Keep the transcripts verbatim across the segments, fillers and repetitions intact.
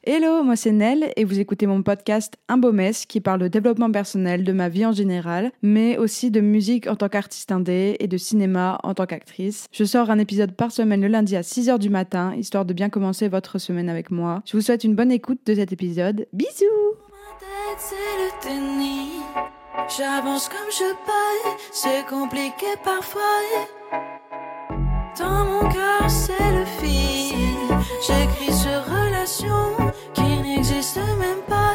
Hello, moi c'est Nell et vous écoutez mon podcast Un Beau Mess qui parle de développement personnel, de ma vie en général, mais aussi de musique en tant qu'artiste indé et de cinéma en tant qu'actrice. Je sors un épisode par semaine le lundi à six heures du matin, histoire de bien commencer votre semaine avec moi. Je vous souhaite une bonne écoute de cet épisode. Bisous! Ma tête, c'est le tennis. J'avance comme je paille, c'est compliqué parfois. Dans mon cœur, c'est le fil. J'écris sur relations qui n'existent même pas.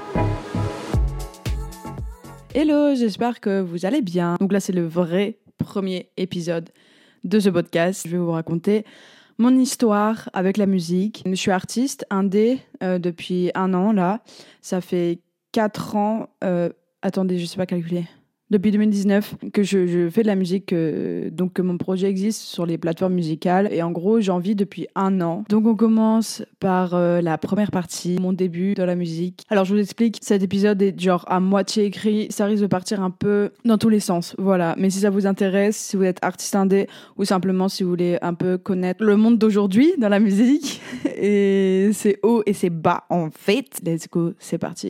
Hello, j'espère que vous allez bien. Donc là, c'est le vrai premier épisode de ce podcast. Je vais vous raconter mon histoire avec la musique. Je suis artiste indé euh, depuis un an là. Ça fait quatre ans. Euh, attendez, je sais pas calculer. Depuis deux mille dix-neuf que je, je fais de la musique, euh, donc que mon projet existe sur les plateformes musicales. Et en gros, j'en vis depuis un an. Donc on commence par euh, la première partie, mon début de la musique. Alors je vous explique, cet épisode est genre à moitié écrit. Ça risque de partir un peu dans tous les sens, voilà. Mais si ça vous intéresse, si vous êtes artiste indé ou simplement si vous voulez un peu connaître le monde d'aujourd'hui dans la musique, et c'est haut et c'est bas en fait. Let's go, c'est parti.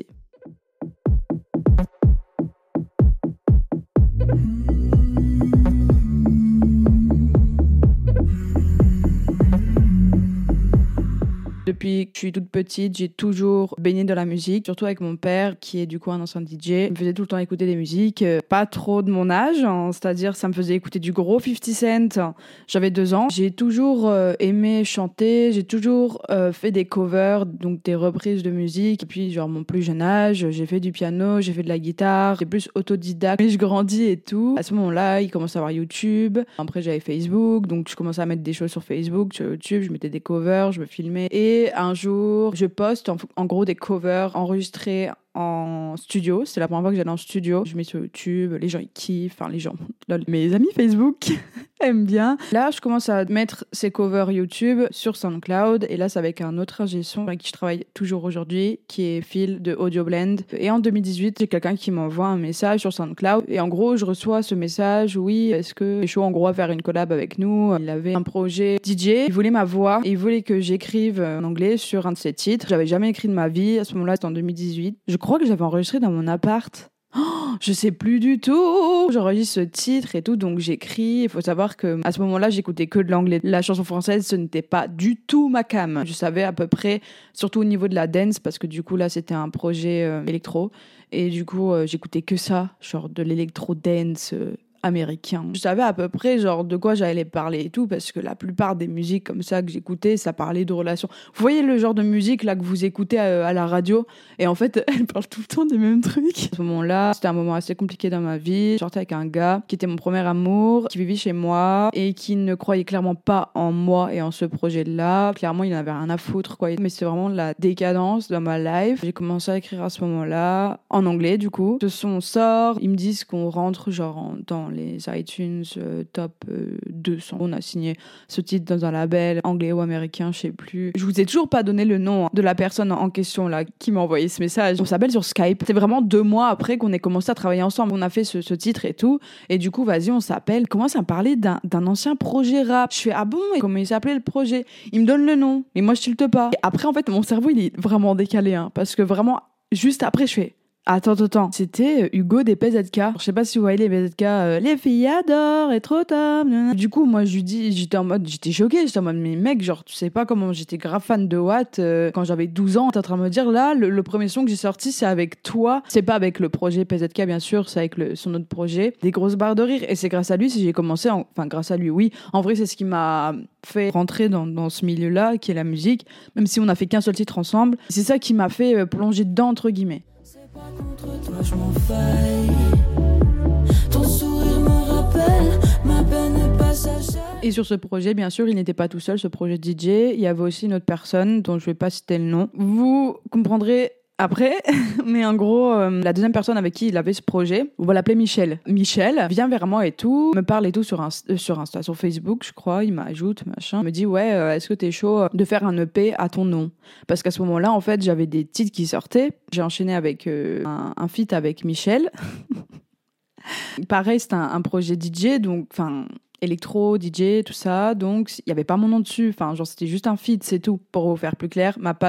Depuis que je suis toute petite, j'ai toujours baigné dans la musique, surtout avec mon père qui est du coup un ancien D J. Il me faisait tout le temps écouter des musiques, euh, pas trop de mon âge, hein, c'est-à-dire ça me faisait écouter du gros fifty Cent. J'avais deux ans. J'ai toujours euh, aimé chanter, j'ai toujours euh, fait des covers, donc des reprises de musique. Et puis genre mon plus jeune âge, j'ai fait du piano, j'ai fait de la guitare, j'ai plus autodidacte, mais je grandis et tout. À ce moment-là, il commence à avoir YouTube. Après j'avais Facebook, donc je commençais à mettre des choses sur Facebook, sur YouTube, je mettais des covers, je me filmais. Et un jour, je poste en, en gros des covers enregistrés en studio. C'est la première fois que j'allais en studio. Je mets sur YouTube, les gens ils kiffent, enfin les gens, lol. Mes amis Facebook aiment bien. Là, je commence à mettre ces covers YouTube sur SoundCloud et là, c'est avec un autre ingé son avec qui je travaille toujours aujourd'hui, qui est Phil de Audio Blend. Et en deux mille dix-huit, j'ai quelqu'un qui m'envoie un message sur SoundCloud et en gros, je reçois ce message. Oui, est-ce que c'est chaud en gros à faire une collab avec nous? Il avait un projet D J, il voulait ma voix et il voulait que j'écrive en anglais sur un de ses titres. J'avais jamais écrit de ma vie. À ce moment-là, c'était en deux mille dix-huit. Je crois que j'avais enregistré dans mon appart. Oh, je sais plus du tout. J'enregistre ce titre et tout, donc j'écris. Il faut savoir que à ce moment-là, j'écoutais que de l'anglais. La chanson française, ce n'était pas du tout ma came. Je savais à peu près, surtout au niveau de la dance, parce que du coup là, c'était un projet euh, électro, et du coup, euh, j'écoutais que ça, genre de l'électro dance. Euh, américain. Je savais à peu près genre de quoi j'allais parler et tout parce que la plupart des musiques comme ça que j'écoutais, ça parlait de relations. Vous voyez le genre de musique là que vous écoutez à, à la radio et en fait, elle parle tout le temps des mêmes trucs. À ce moment-là, c'était un moment assez compliqué dans ma vie. Je sortais avec un gars qui était mon premier amour, qui vivait chez moi et qui ne croyait clairement pas en moi et en ce projet-là. Clairement, il en avait rien à foutre quoi. Mais c'était vraiment la décadence dans ma life. J'ai commencé à écrire à ce moment-là en anglais du coup. Ce son sort, ils me disent qu'on rentre genre en, dans les iTunes euh, top euh, deux cents. On a signé ce titre dans un label anglais ou américain, je sais plus. Je vous ai toujours pas donné le nom de la personne en question là qui m'a envoyé ce message. On s'appelle sur Skype. C'était vraiment deux mois après qu'on ait commencé à travailler ensemble. On a fait ce, ce titre et tout. Et du coup, vas-y, on s'appelle. Commence à me parler d'un, d'un ancien projet rap. Je fais ah bon, et comment il s'appelait le projet? Il me donne le nom. Et moi, je tilte pas. Et après, en fait, mon cerveau, il est vraiment décalé, hein, parce que vraiment, juste après, je fais Attends, attends, attends. C'était Hugo des P Z K. Je sais pas si vous voyez les P Z K. Euh, les filles adorent être top. Du coup, moi, je lui dis, j'étais en mode, j'étais choquée. J'étais en mode, mais mec, genre, tu sais pas comment j'étais grave fan de Watt. Euh, quand j'avais douze ans, t'es en train de me dire, là, le, le premier son que j'ai sorti, c'est avec toi. C'est pas avec le projet P Z K, bien sûr, c'est avec le, son autre projet. Des grosses barres de rire. Et c'est grâce à lui si j'ai commencé, en... enfin, grâce à lui, oui. En vrai, c'est ce qui m'a fait rentrer dans, dans ce milieu-là, qui est la musique. Même si on a fait qu'un seul titre ensemble. C'est ça qui m'a fait euh, plonger dedans, entre guillemets. Contre toi, je m'en faille. Ton sourire me rappelle ma peine passagère. Et sur ce projet, bien sûr, il n'était pas tout seul, ce projet D J. Il y avait aussi une autre personne dont je ne vais pas citer le nom. Vous comprendrez après, mais en gros, euh, la deuxième personne avec qui il avait ce projet, on va l'appeler Michel. Michel vient vers moi et tout, me parle et tout sur Insta, euh, sur, Insta, sur Facebook, je crois, il m'ajoute, machin. Il me dit, ouais, euh, est-ce que t'es chaud de faire un E P à ton nom? Parce qu'à ce moment-là, en fait, j'avais des titres qui sortaient. J'ai enchaîné avec euh, un, un feat avec Michel. Pareil, c'était un, un projet D J, donc, enfin... électro, D J, tout ça, donc il n'y avait pas mon nom dessus, enfin genre c'était juste un feed, c'est tout. Pour vous faire plus clair, ma page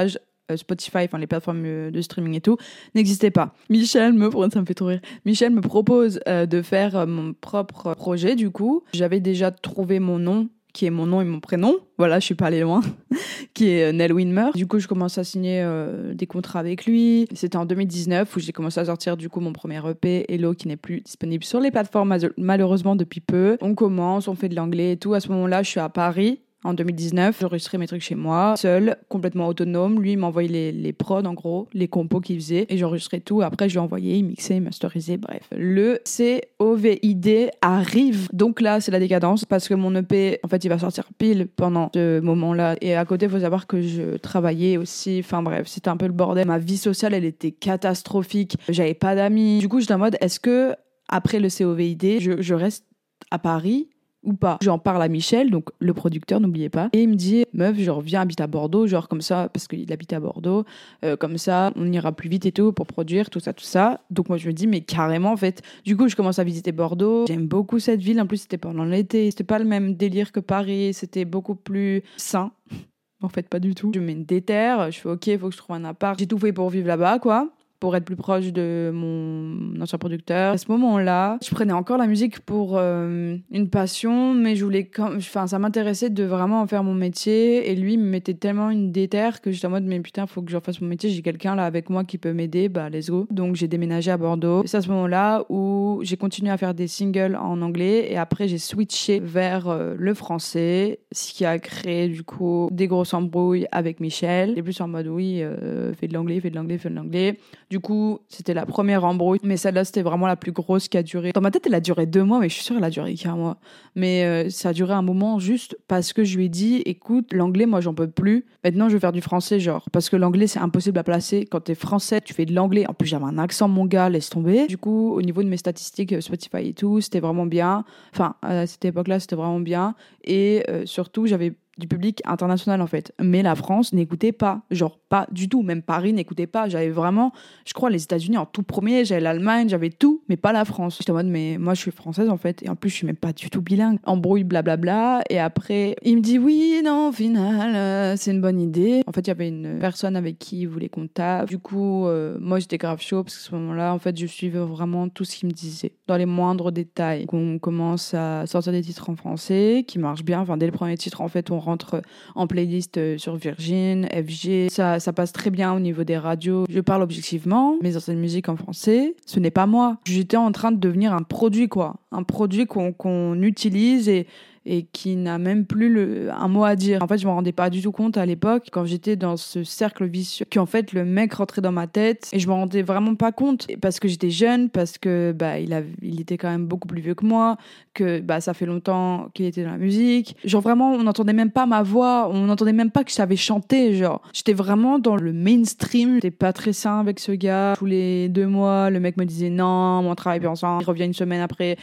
euh, Spotify, enfin les plateformes euh, de streaming et tout, n'existait pas. Michel me, ça me fait trop rire, Michel me propose euh, de faire euh, mon propre projet du coup. J'avais déjà trouvé mon nom, qui est mon nom et mon prénom, voilà, je suis pas allée loin, qui est Nell Winmer. Du coup, je commence à signer euh, des contrats avec lui. C'était en deux mille dix-neuf où j'ai commencé à sortir du coup mon premier E P, Hello, qui n'est plus disponible sur les plateformes malheureusement depuis peu. On commence, on fait de l'anglais et tout. À ce moment-là, je suis à Paris. En deux mille dix-neuf, j'enregistrais mes trucs chez moi, seule, complètement autonome. Lui, il m'envoyait les, les prods, en gros, les compos qu'il faisait, et j'enregistrais tout. Après, je lui envoyais, il mixait, il masterisait, bref. Le C O V I D arrive. Donc là, c'est la décadence, parce que mon E P, en fait, il va sortir pile pendant ce moment-là. Et à côté, il faut savoir que je travaillais aussi. Enfin bref, c'était un peu le bordel. Ma vie sociale, elle était catastrophique. J'avais pas d'amis. Du coup, j'étais en mode, est-ce que, après le C O V I D, je, je reste à Paris ou pas? J'en parle à Michel, donc le producteur, n'oubliez pas. Et il me dit, meuf, genre, viens habiter à Bordeaux, genre comme ça, parce qu'il habite à Bordeaux, euh, comme ça, on ira plus vite et tout pour produire, tout ça, tout ça. Donc moi, je me dis, mais carrément, en fait. Du coup, je commence à visiter Bordeaux. J'aime beaucoup cette ville. En plus, c'était pendant l'été. C'était pas le même délire que Paris. C'était beaucoup plus sain. En fait, pas du tout. Je mets une déterre. Je fais, ok, il faut que je trouve un appart. J'ai tout fait pour vivre là-bas, quoi, pour être plus proche de mon ancien producteur. À ce moment-là, je prenais encore la musique pour euh, une passion, mais je voulais, enfin, ça m'intéressait de vraiment en faire mon métier. Et lui, il me mettait tellement une déterre que j'étais en mode, mais putain, faut que je refasse mon métier. J'ai quelqu'un là avec moi qui peut m'aider, bah let's go. Donc j'ai déménagé à Bordeaux. Et c'est à ce moment-là où j'ai continué à faire des singles en anglais et après j'ai switché vers euh, le français, ce qui a créé du coup des grosses embrouilles avec Michel. Et plus en mode, oui, euh, fais de l'anglais, fais de l'anglais, fais de l'anglais. Du coup, c'était la première embrouille, mais celle-là, c'était vraiment la plus grosse qui a duré. Dans ma tête, elle a duré deux mois, mais je suis sûre qu'elle a duré qu'un mois. Mais euh, ça a duré un moment juste parce que je lui ai dit, écoute, l'anglais, moi, j'en peux plus. Maintenant, je vais faire du français, genre. Parce que l'anglais, c'est impossible à placer. Quand t'es français, tu fais de l'anglais. En plus, j'avais un accent, mon gars, laisse tomber. Du coup, au niveau de mes statistiques, Spotify et tout, c'était vraiment bien. Enfin, à cette époque-là, c'était vraiment bien. Et euh, surtout, j'avais du public international en fait, mais la France n'écoutait pas, genre pas du tout, même Paris n'écoutait pas. J'avais vraiment, je crois, les États-Unis en tout premier, j'avais l'Allemagne, j'avais tout, mais pas la France. J'étais en mode, mais moi je suis française en fait, et en plus je suis même pas du tout bilingue. Embrouille, blablabla, et après il me dit oui, non, au final euh, c'est une bonne idée. En fait il y avait une personne avec qui il voulait qu'on tape. Du coup euh, moi j'étais grave chaud parce qu'à ce moment-là en fait je suivais vraiment tout ce qu'il me disait dans les moindres détails. Donc, on commence à sortir des titres en français qui marchent bien. Enfin dès le premier titre en fait on rentre en playlist sur Virgin, F G, ça, ça passe très bien au niveau des radios. Je parle objectivement, mes anciennes musiques en français, ce n'est pas moi. J'étais en train de devenir un produit, quoi. Un produit qu'on, qu'on utilise et, et qui n'a même plus le, un mot à dire. En fait, je ne me rendais pas du tout compte à l'époque, quand j'étais dans ce cercle vicieux, qu'en fait, le mec rentrait dans ma tête et je ne me rendais vraiment pas compte. Parce que j'étais jeune, parce que bah, il, a, il était quand même beaucoup plus vieux que moi, que bah, ça fait longtemps qu'il était dans la musique. Genre vraiment, on n'entendait même pas ma voix, on n'entendait même pas que je savais chanter. Genre, j'étais vraiment dans le mainstream. J'étais pas très sain avec ce gars. Tous les deux mois, le mec me disait non, on travaille plus ensemble. Il revient une semaine après.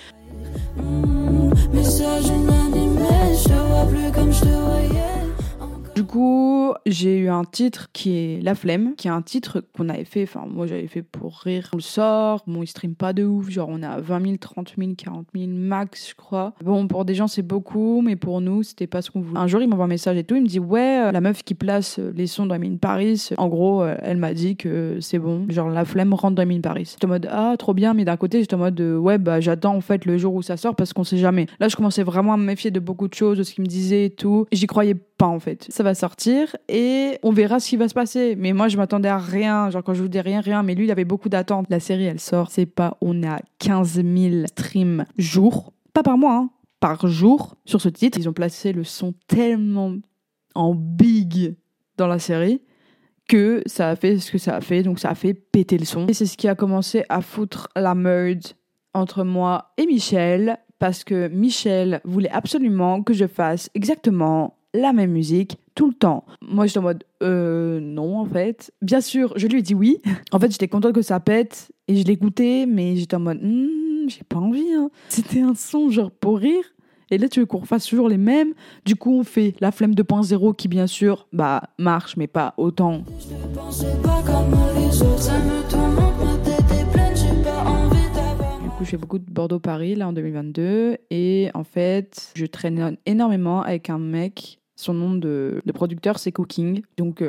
Mmh, message inanimé, je te vois plus comme je te voyais. Du coup, j'ai eu un titre qui est La Flemme, qui est un titre qu'on avait fait, enfin moi j'avais fait pour rire. On le sort, bon il stream pas de ouf, genre on a vingt mille, trente mille, quarante mille max je crois. Bon pour des gens c'est beaucoup, mais pour nous c'était pas ce qu'on voulait. Un jour il m'envoie un message et tout, il me dit ouais, la meuf qui place les sons dans Emily Paris, en gros elle m'a dit que c'est bon, genre La Flemme rentre dans Emily Paris. J'étais en mode ah trop bien, mais d'un côté j'étais en mode ouais bah j'attends en fait le jour où ça sort parce qu'on sait jamais. Là je commençais vraiment à me méfier de beaucoup de choses, de ce qu'il me disait et tout, et j'y croyais pas en fait. Ça va sortir et on verra ce qui va se passer. Mais moi je m'attendais à rien, genre quand je vous dis rien, rien, mais lui il avait beaucoup d'attentes. La série elle sort, c'est pas, on est à quinze mille streams jour, pas par mois, hein, par jour sur ce titre. Ils ont placé le son tellement en big dans la série que ça a fait ce que ça a fait, donc ça a fait péter le son. Et c'est ce qui a commencé à foutre la merde entre moi et Michel, parce que Michel voulait absolument que je fasse exactement la même musique tout le temps. Moi, j'étais en mode, euh, non, en fait. Bien sûr, je lui ai dit oui. En fait, j'étais contente que ça pète et je l'écoutais, mais j'étais en mode, hm, j'ai pas envie, hein. C'était un son genre pour rire. Et là, tu veux qu'on refasse toujours les mêmes. Du coup, on fait La Flemme deux point zéro qui, bien sûr, bah, marche, mais pas autant. Je te pensais pas comme les autres, ça me tourmente, ma tête est pleine, j'ai pas envie d'avoir. Du coup, je fais beaucoup de Bordeaux-Paris, là, en deux mille vingt-deux. Et en fait, je traîne énormément avec un mec. Son nom de, de producteur, c'est Cooking. Donc, euh,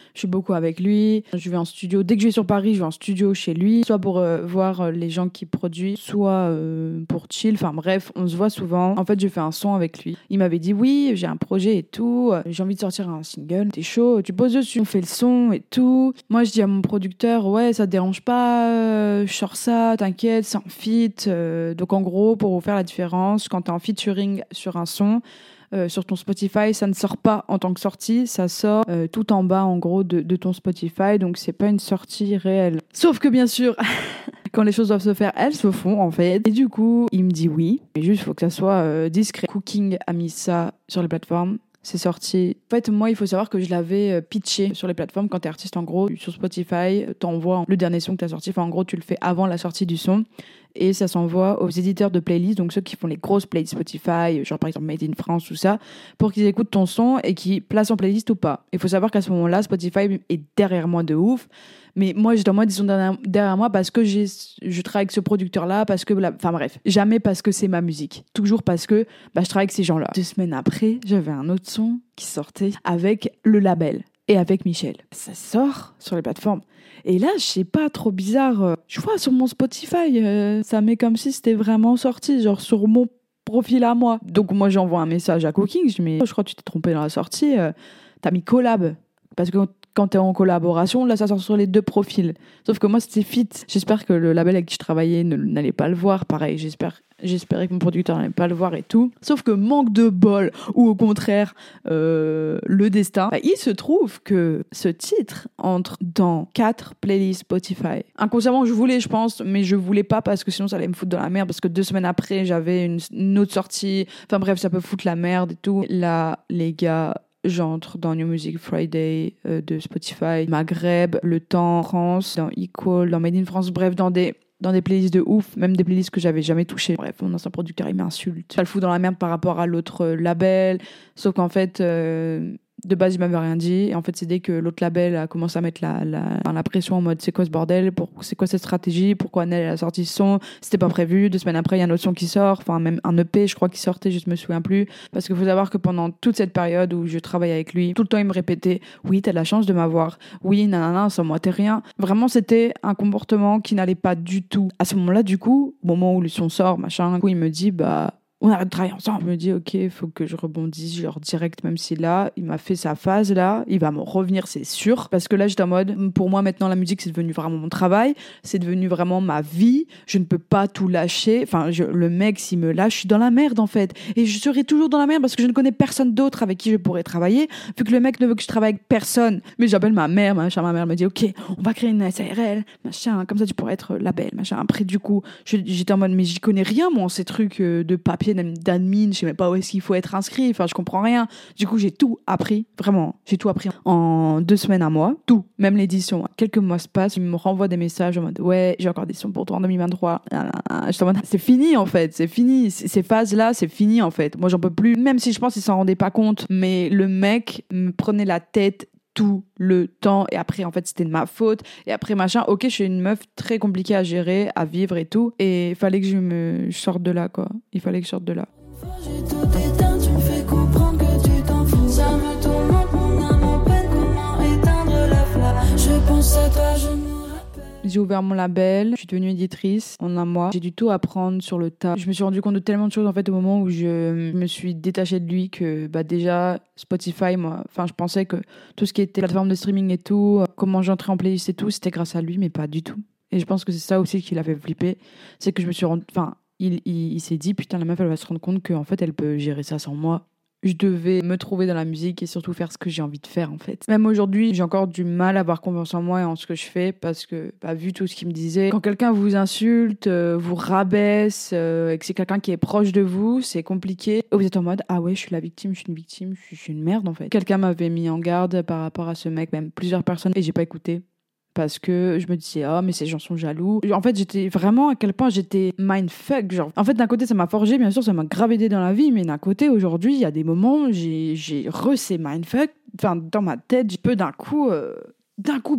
Je suis beaucoup avec lui. Je vais en studio. Dès que je vais sur Paris, je vais en studio chez lui, soit pour euh, voir euh, les gens qui produisent, soit euh, pour chill. Enfin bref, on se voit souvent. En fait, je fais un son avec lui. Il m'avait dit oui, j'ai un projet et tout. J'ai envie de sortir un single. T'es chaud, tu poses dessus. On fait le son et tout. Moi, je dis à mon producteur, ouais, ça te dérange pas. Euh, je sors ça, t'inquiète, c'est en feat. Euh, donc en gros, pour vous faire la différence, quand t'es en featuring sur un son, Euh, sur ton Spotify, ça ne sort pas en tant que sortie, ça sort euh, tout en bas en gros de, de ton Spotify, donc c'est pas une sortie réelle. Sauf que bien sûr, quand les choses doivent se faire, elles se font en fait. Et du coup, il me dit oui, mais juste il faut que ça soit euh, discret. Cooking a mis ça sur les plateformes. C'est sorti. En fait, moi, il faut savoir que je l'avais euh, pitché sur les plateformes quand t'es artiste. En gros, sur Spotify, t'envoies le dernier son que t'as sorti. Enfin, en gros, tu le fais avant la sortie du son. Et ça s'envoie aux éditeurs de playlists, donc ceux qui font les grosses playlists Spotify, genre par exemple Made in France, tout ça, pour qu'ils écoutent ton son et qu'ils placent en playlist ou pas. Il faut savoir qu'à ce moment-là, Spotify est derrière moi de ouf. Mais moi, j'étais en mode, ils sont derrière, derrière moi parce que j'ai, je travaille avec ce producteur-là, parce que... Enfin bref, jamais parce que c'est ma musique. Toujours parce que bah, je travaille avec ces gens-là. Deux semaines après, j'avais un autre son qui sortait avec le label et avec Michel. Ça sort sur les plateformes. Et là, je sais pas, trop bizarre. Je vois sur mon Spotify, euh, ça met comme si c'était vraiment sorti, genre sur mon profil à moi. Donc moi, j'envoie un message à Cooking, je dis, mais je crois que tu t'es trompé dans la sortie. Euh, t'as mis collab. Parce que quand t'es en collaboration, là, ça sort sur les deux profils. Sauf que moi, c'était fit. J'espère que le label avec qui je travaillais ne, n'allait pas le voir. Pareil, j'espère, j'espérais que mon producteur n'allait pas le voir et tout. Sauf que manque de bol, ou au contraire, euh, le destin, bah, il se trouve que ce titre entre dans quatre playlists Spotify. Inconsciemment, je voulais, je pense, mais je voulais pas parce que sinon, ça allait me foutre dans la merde. Parce que deux semaines après, j'avais une, une autre sortie. Enfin bref, ça peut foutre la merde et tout. Là, les gars... j'entre dans New Music Friday euh, de Spotify, Maghreb, Le Temps, France, dans Equal, dans Made in France, bref, dans des, dans des playlists de ouf, même des playlists que j'avais jamais touchées. Bref, mon ancien producteur, il m'insulte. Ça le fout dans la merde par rapport à l'autre euh, label, sauf qu'en fait... Euh, de base, il m'avait rien dit. Et en fait, c'est dès que l'autre label a commencé à mettre la, la, la pression en mode c'est quoi ce bordel, pour, c'est quoi cette stratégie, pourquoi Nel a sorti ce son, c'était pas prévu. Deux semaines après, il y a un autre son qui sort, enfin même un E P, je crois, qui sortait, je me souviens plus. Parce qu'il faut savoir que pendant toute cette période où je travaillais avec lui, tout le temps, il me répétait oui, t'as de la chance de m'avoir. Oui, nanana, sans moi, t'es rien. Vraiment, c'était un comportement qui n'allait pas du tout. À ce moment-là, du coup, au moment où le son sort, machin, du coup, il me dit bah. On arrête de travailler ensemble. Je me dis, ok, il faut que je rebondisse, genre direct, même si là, il m'a fait sa phase, là, il va me revenir, c'est sûr. Parce que là, j'étais en mode, pour moi, maintenant, la musique, c'est devenu vraiment mon travail, c'est devenu vraiment ma vie, je ne peux pas tout lâcher. Enfin, je, le mec, s'il me lâche, je suis dans la merde, en fait. Et je serai toujours dans la merde parce que je ne connais personne d'autre avec qui je pourrais travailler, vu que le mec ne veut que je travaille avec personne. Mais j'appelle ma mère, machin, ma mère me dit, ok, on va créer une S A R L, machin, comme ça, tu pourrais être label, machin. Après, du coup, je, j'étais en mode, mais j'y connais rien, moi, ces trucs de papier, d'admin, je sais même pas où est-ce qu'il faut être inscrit, enfin je comprends rien. Du coup j'ai tout appris, vraiment, j'ai tout appris en deux semaines, un mois, tout, même l'édition. Quelques mois se passent, il me renvoie des messages en mode ouais, j'ai encore des sons pour toi en deux mille vingt-trois. Je suis en mode c'est fini en fait, c'est fini, ces phases-là c'est fini en fait. Moi j'en peux plus, même si je pense qu'il s'en rendait pas compte, mais le mec me prenait la tête tout le temps et après en fait c'était de ma faute et après machin. Ok, je suis une meuf très compliquée à gérer, à vivre et tout, et il fallait que je me je sorte de là quoi, il fallait que je sorte de là. J'ai tout éteint, tu me fais comprendre que tu t'en fous. Ça me tourmente, mon âme en peine, comment éteindre la flamme. Je pense à toi, je me rappelle. J'ai ouvert mon label, je suis devenue éditrice en un mois. J'ai dû tout apprendre sur le tas. Je me suis rendu compte de tellement de choses en fait au moment où je me suis détachée de lui que bah déjà Spotify, moi, enfin je pensais que tout ce qui était plateforme de streaming et tout, comment j'entrais en playlist et tout, c'était grâce à lui, mais pas du tout. Et je pense que c'est ça aussi qui l'a fait flipper, c'est que je me suis rendu, enfin il, il, il s'est dit putain la meuf elle va se rendre compte qu'en fait elle peut gérer ça sans moi. Je devais me trouver dans la musique et surtout faire ce que j'ai envie de faire en fait. Même aujourd'hui, j'ai encore du mal à avoir confiance en moi et en ce que je fais parce que, bah, vu tout ce qu'il me disait, quand quelqu'un vous insulte, euh, vous rabaisse euh, et que c'est quelqu'un qui est proche de vous, c'est compliqué. Et vous êtes en mode, ah ouais, je suis la victime, je suis une victime, je suis, je suis une merde en fait. Quelqu'un m'avait mis en garde par rapport à ce mec, même plusieurs personnes, et j'ai pas écouté. Parce que je me disais, oh, mais ces gens sont jaloux. En fait, j'étais vraiment à quel point j'étais mindfuck. Genre, en fait, d'un côté, ça m'a forgé, bien sûr, ça m'a grave aidé dans la vie, mais d'un côté, aujourd'hui, il y a des moments, j'ai, j'ai re ces mindfuck. Enfin, dans ma tête, je peux d'un coup, euh, d'un coup perdre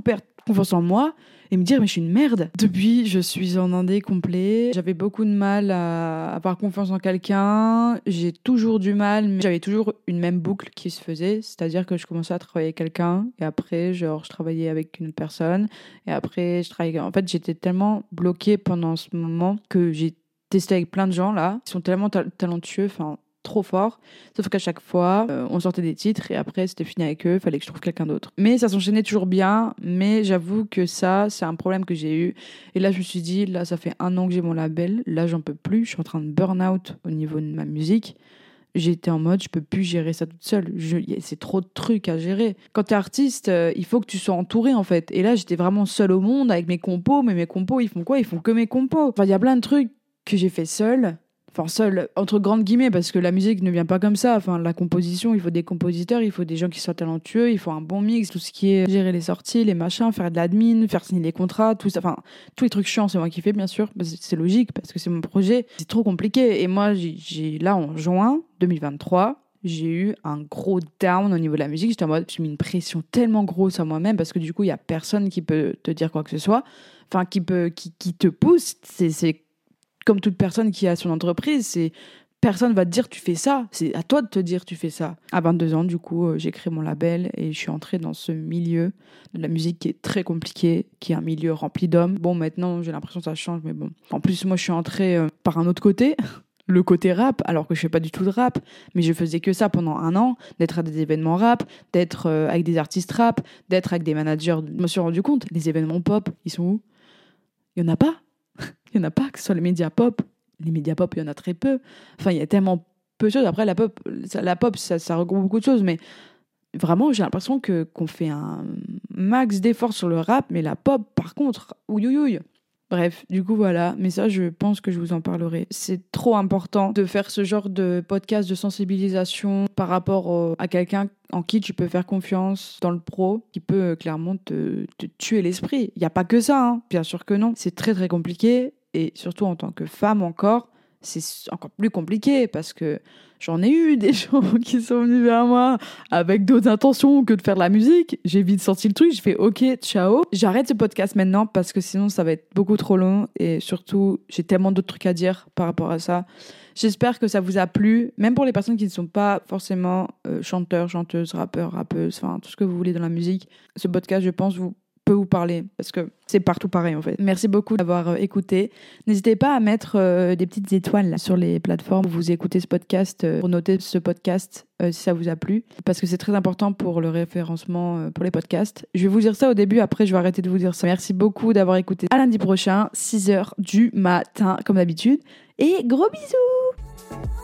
confiance en moi et me dire mais je suis une merde. Depuis, je suis en indé complet. J'avais beaucoup de mal à avoir confiance en quelqu'un. J'ai toujours du mal, mais j'avais toujours une même boucle qui se faisait, c'est-à-dire que je commençais à travailler avec quelqu'un et après, genre, je travaillais avec une autre personne et après, je travaillais. En fait, j'étais tellement bloquée pendant ce moment que j'ai testé avec plein de gens là, qui sont tellement ta- talentueux, enfin trop fort, sauf qu'à chaque fois euh, on sortait des titres et après c'était fini avec eux, fallait que je trouve quelqu'un d'autre, mais ça s'enchaînait toujours bien. Mais j'avoue que ça c'est un problème que j'ai eu et là je me suis dit, là ça fait un an que j'ai mon label, là j'en peux plus, je suis en train de burn out au niveau de ma musique. J'étais en mode je peux plus gérer ça toute seule, je, y a- c'est trop de trucs à gérer. Quand t'es artiste, euh, il faut que tu sois entouré en fait, et là j'étais vraiment seule au monde avec mes compos, mais mes compos ils font quoi? Ils font que mes compos. Enfin il y a plein de trucs que j'ai fait seule. Enfin, seul, entre grandes guillemets, parce que la musique ne vient pas comme ça. Enfin, la composition, il faut des compositeurs, il faut des gens qui soient talentueux, il faut un bon mix, tout ce qui est gérer les sorties, les machins, faire de l'admin, faire signer les contrats, tout ça. Enfin, tous les trucs chiants, c'est moi qui fais, bien sûr. C'est logique, parce que c'est mon projet. C'est trop compliqué. Et moi, j'ai, j'ai là, en juin deux mille vingt-trois, j'ai eu un gros down au niveau de la musique. J'étais en mode, j'ai mis une pression tellement grosse à moi-même, parce que du coup, il y a personne qui peut te dire quoi que ce soit. Enfin, qui peut, qui, qui te pousse. C'est, c'est comme toute personne qui a son entreprise, c'est personne va te dire tu fais ça, c'est à toi de te dire tu fais ça. À vingt-deux ans, du coup, euh, j'ai créé mon label et je suis entrée dans ce milieu de la musique qui est très compliqué, qui est un milieu rempli d'hommes. Bon, maintenant, j'ai l'impression que ça change, mais bon. En plus, moi, je suis entrée euh, par un autre côté, le côté rap, alors que je fais pas du tout de rap, mais je faisais que ça pendant un an, d'être à des événements rap, d'être euh, avec des artistes rap, d'être avec des managers. Je me suis rendu compte, les événements pop, ils sont où? Il y en a pas. Il n'y en a pas, que ce soit les médias pop. Les médias pop, il y en a très peu. Enfin, il y a tellement peu de choses. Après, la pop, ça, la pop ça, ça regroupe beaucoup de choses. Mais vraiment, j'ai l'impression que, qu'on fait un max d'efforts sur le rap. Mais la pop, par contre, ouïouïouï. Bref, du coup, voilà. Mais ça, je pense que je vous en parlerai. C'est trop important de faire ce genre de podcast de sensibilisation par rapport au- à quelqu'un en qui tu peux faire confiance dans le pro, qui peut euh, clairement te, te tuer l'esprit. Il n'y a pas que ça, hein. Bien sûr que non. C'est très, très compliqué. Et surtout, en tant que femme encore, c'est encore plus compliqué parce que j'en ai eu des gens qui sont venus vers moi avec d'autres intentions que de faire de la musique. J'ai vite sorti le truc, j'ai fait ok, ciao. J'arrête ce podcast maintenant parce que sinon ça va être beaucoup trop long et surtout j'ai tellement d'autres trucs à dire par rapport à ça. J'espère que ça vous a plu, même pour les personnes qui ne sont pas forcément euh, chanteurs, chanteuses, rappeurs, rappeuses, enfin tout ce que vous voulez dans la musique. Ce podcast, je pense, vous peut vous parler parce que c'est partout pareil en fait. Merci beaucoup d'avoir euh, écouté. N'hésitez pas à mettre euh, des petites étoiles là, sur les plateformes où vous écoutez ce podcast euh, pour noter ce podcast euh, si ça vous a plu parce que c'est très important pour le référencement euh, pour les podcasts. Je vais vous dire ça au début, après je vais arrêter de vous dire ça. Merci beaucoup d'avoir écouté. À lundi prochain, six heures du matin comme d'habitude et gros bisous.